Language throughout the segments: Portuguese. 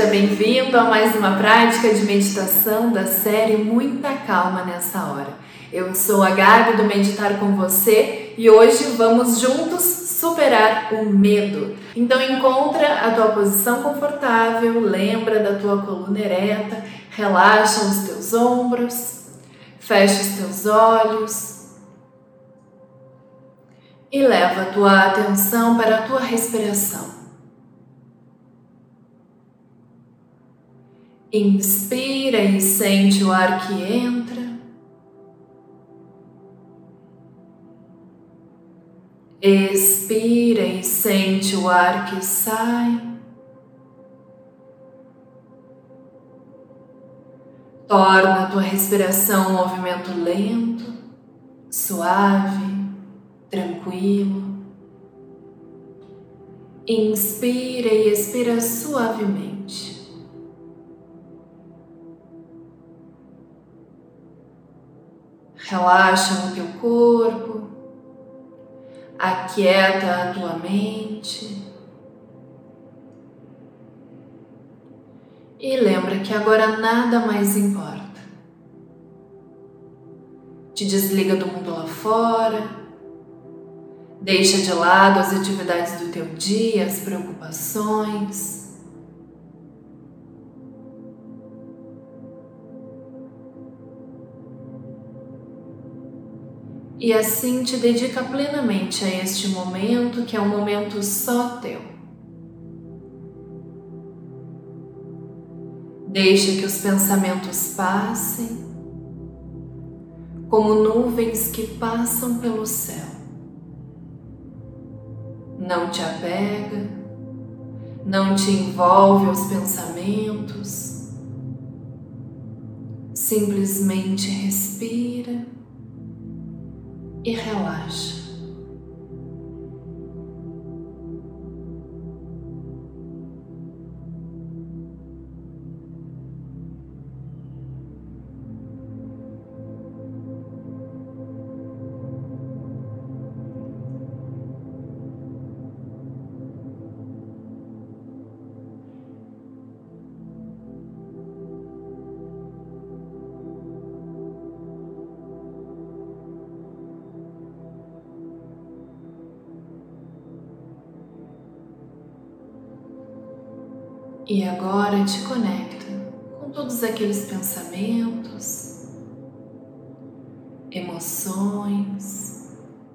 bem-vindo a mais uma prática de meditação da série Muita Calma Nessa Hora. Eu sou a Gabi do Meditar com Você e hoje vamos juntos superar o medo. Então encontra a tua posição confortável, lembra da tua coluna ereta, relaxa os teus ombros, fecha os teus olhos e leva a tua atenção para a tua respiração. Inspira e sente o ar que entra. Expira e sente o ar que sai. Torna a tua respiração um movimento lento, suave, tranquilo. Inspira e expira suavemente. Relaxa o teu corpo, aquieta a tua mente e lembra que agora nada mais importa. Te desliga do mundo lá fora, deixa de lado as atividades do teu dia, as preocupações. E assim te dedica plenamente a este momento, que é um momento só teu. Deixa que os pensamentos passem, como nuvens que passam pelo céu. Não te apega, não te envolve aos pensamentos. Simplesmente respira e relaxa. E agora te conecta com todos aqueles pensamentos, emoções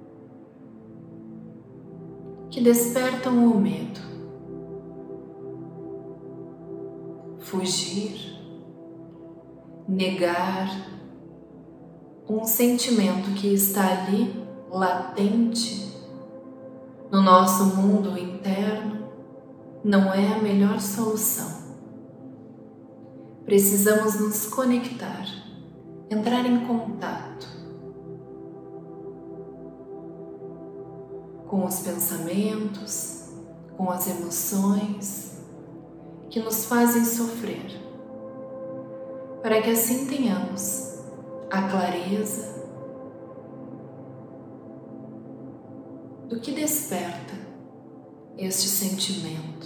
que despertam o medo, fugir, negar um sentimento que está ali latente no nosso mundo interno. Não é a melhor solução. Precisamos nos conectar, entrar em contato com os pensamentos, com as emoções que nos fazem sofrer, para que assim tenhamos a clareza do que desperta este sentimento.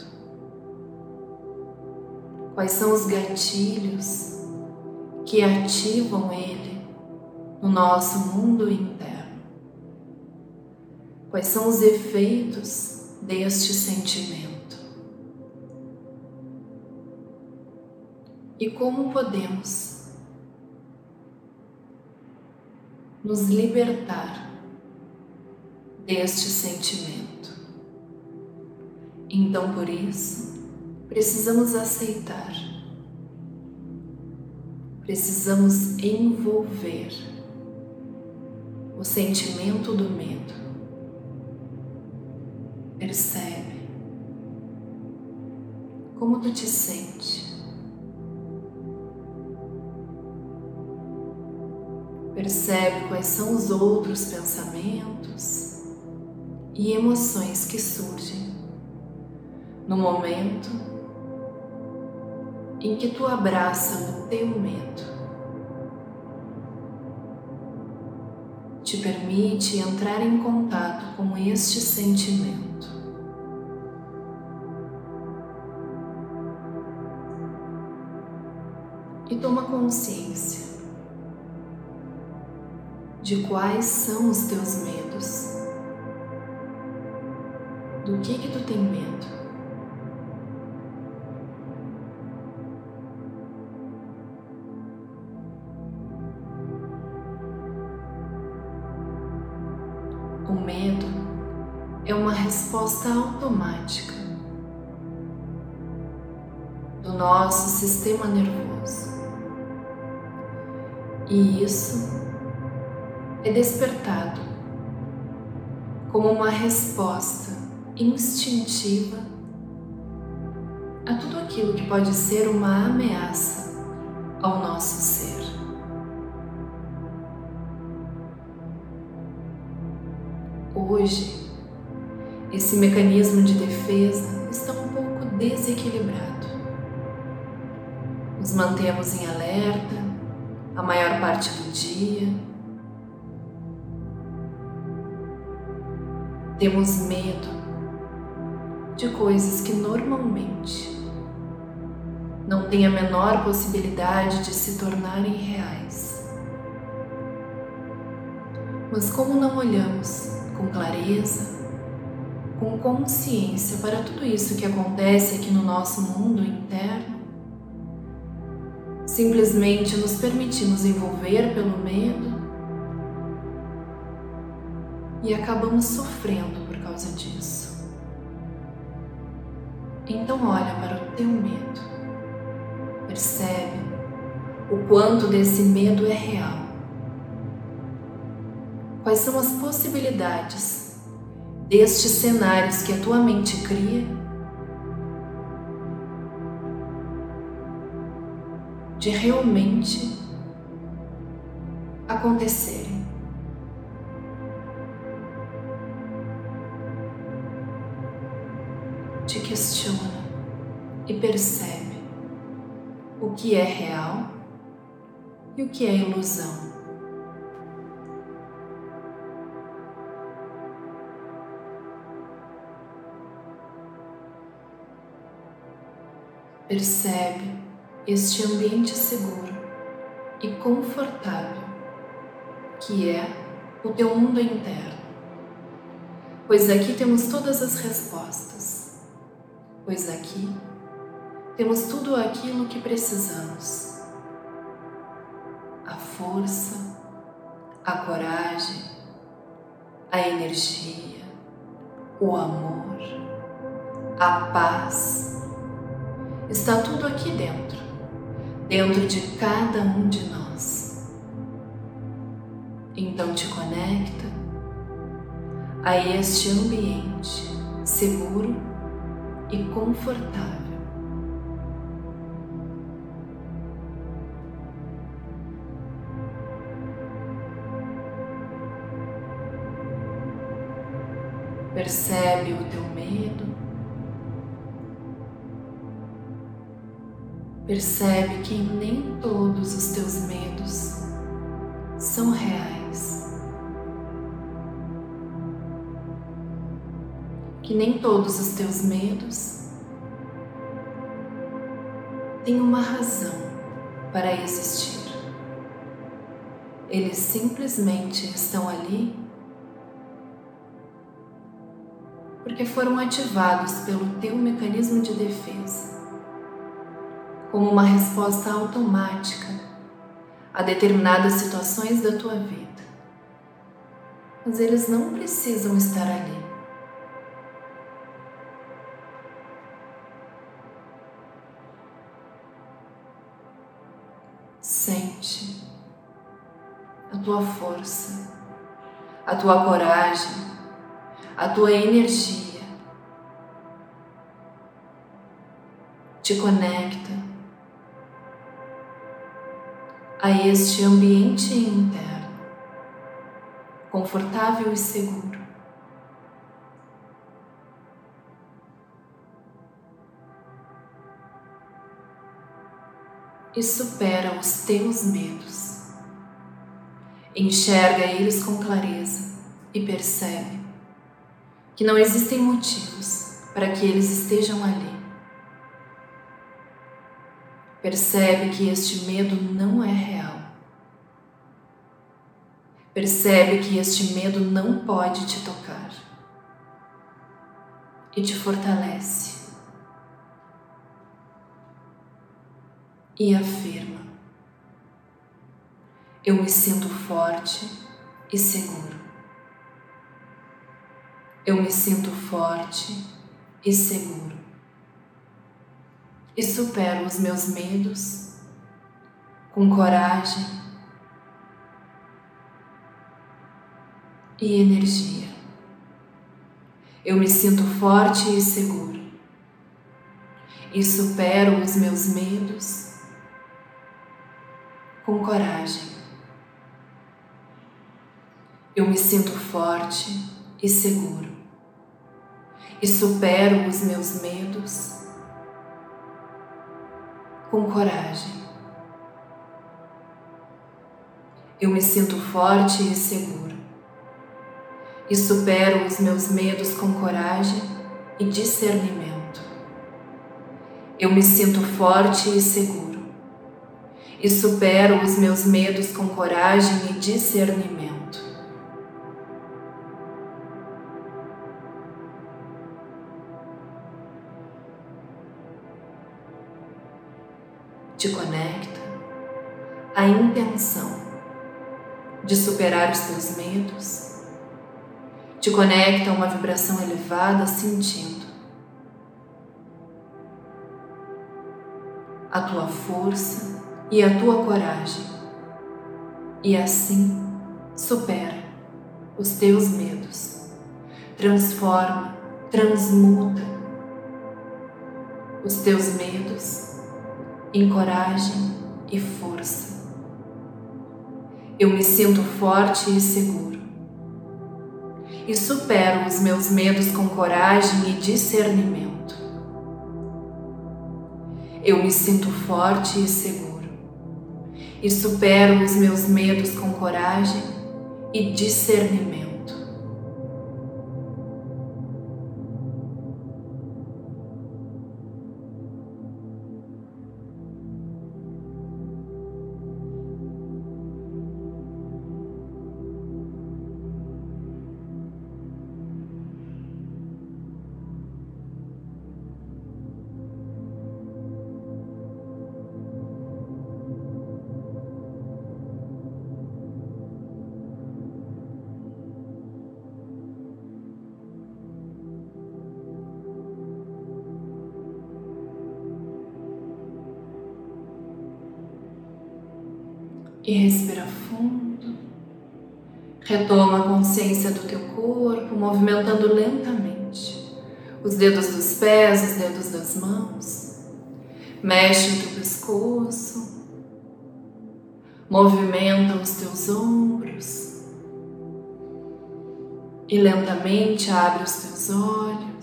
Quais são os gatilhos que ativam ele no nosso mundo interno? Quais são os efeitos deste sentimento? E como podemos nos libertar deste sentimento? Então, por isso, precisamos aceitar, precisamos envolver o sentimento do medo. Percebe como tu te sente. Percebe quais são os outros pensamentos e emoções que surgem no momento em que tu abraça o teu medo. Te permite entrar em contato com este sentimento. e toma consciência de quais são os teus medos. Do que tu tem medo? O medo é uma resposta automática do nosso sistema nervoso. E isso é despertado como uma resposta instintiva a tudo aquilo que pode ser uma ameaça ao nosso ser. Hoje, esse mecanismo de defesa está um pouco desequilibrado. Nos mantemos em alerta a maior parte do dia. Temos medo de coisas que normalmente não têm a menor possibilidade de se tornarem reais. Mas como não olhamos com clareza, com consciência para tudo isso que acontece aqui no nosso mundo interno, simplesmente nos permitimos envolver pelo medo e acabamos sofrendo por causa disso. Então olha para o teu medo, percebe o quanto desse medo é real. Quais são as possibilidades destes cenários que a tua mente cria de realmente acontecerem? Te questiona e percebe o que é real e o que é ilusão. Percebe este ambiente seguro e confortável que é o teu mundo interno, pois aqui temos todas as respostas, pois aqui temos tudo aquilo que precisamos: a força, a coragem, a energia, o amor, a paz. Está tudo aqui dentro, dentro de cada um de nós. Então te conecta a este ambiente seguro e confortável. Percebe o teu medo. Percebe que nem todos os teus medos são reais. Que nem todos os teus medos têm uma razão para existir. Eles simplesmente estão ali porque foram ativados pelo teu mecanismo de defesa, como uma resposta automática a determinadas situações da tua vida. Mas eles não precisam estar ali. Sente a tua força, a tua coragem, a tua energia. Te conecta a este ambiente interno, confortável e seguro. E supera os teus medos. Enxerga eles com clareza e percebe que não existem motivos para que eles estejam ali. Percebe que este medo não é real. Percebe que este medo não pode te tocar e te fortalece. E afirma: eu me sinto forte e seguro. Eu me sinto forte e seguro. E supero os meus medos com coragem e energia. Eu me sinto forte e seguro. E supero os meus medos com coragem. Eu me sinto forte e seguro. E supero os meus medos com coragem. Eu me sinto forte e seguro. E supero os meus medos com coragem e discernimento. Eu me sinto forte e seguro. E supero os meus medos com coragem e discernimento. Te conecta à intenção de superar os teus medos. Te conecta a uma vibração elevada, sentindo a tua força e a tua coragem. E assim supera os teus medos. Transforma, transmuta os teus medos em coragem e força. Eu me sinto forte e seguro. E supero os meus medos com coragem e discernimento. Eu me sinto forte e seguro. E supero os meus medos com coragem e discernimento. E respira fundo. Retoma a consciência do teu corpo, movimentando lentamente os dedos dos pés, os dedos das mãos. Mexe o teu pescoço. Movimenta os teus ombros. E lentamente abre os teus olhos.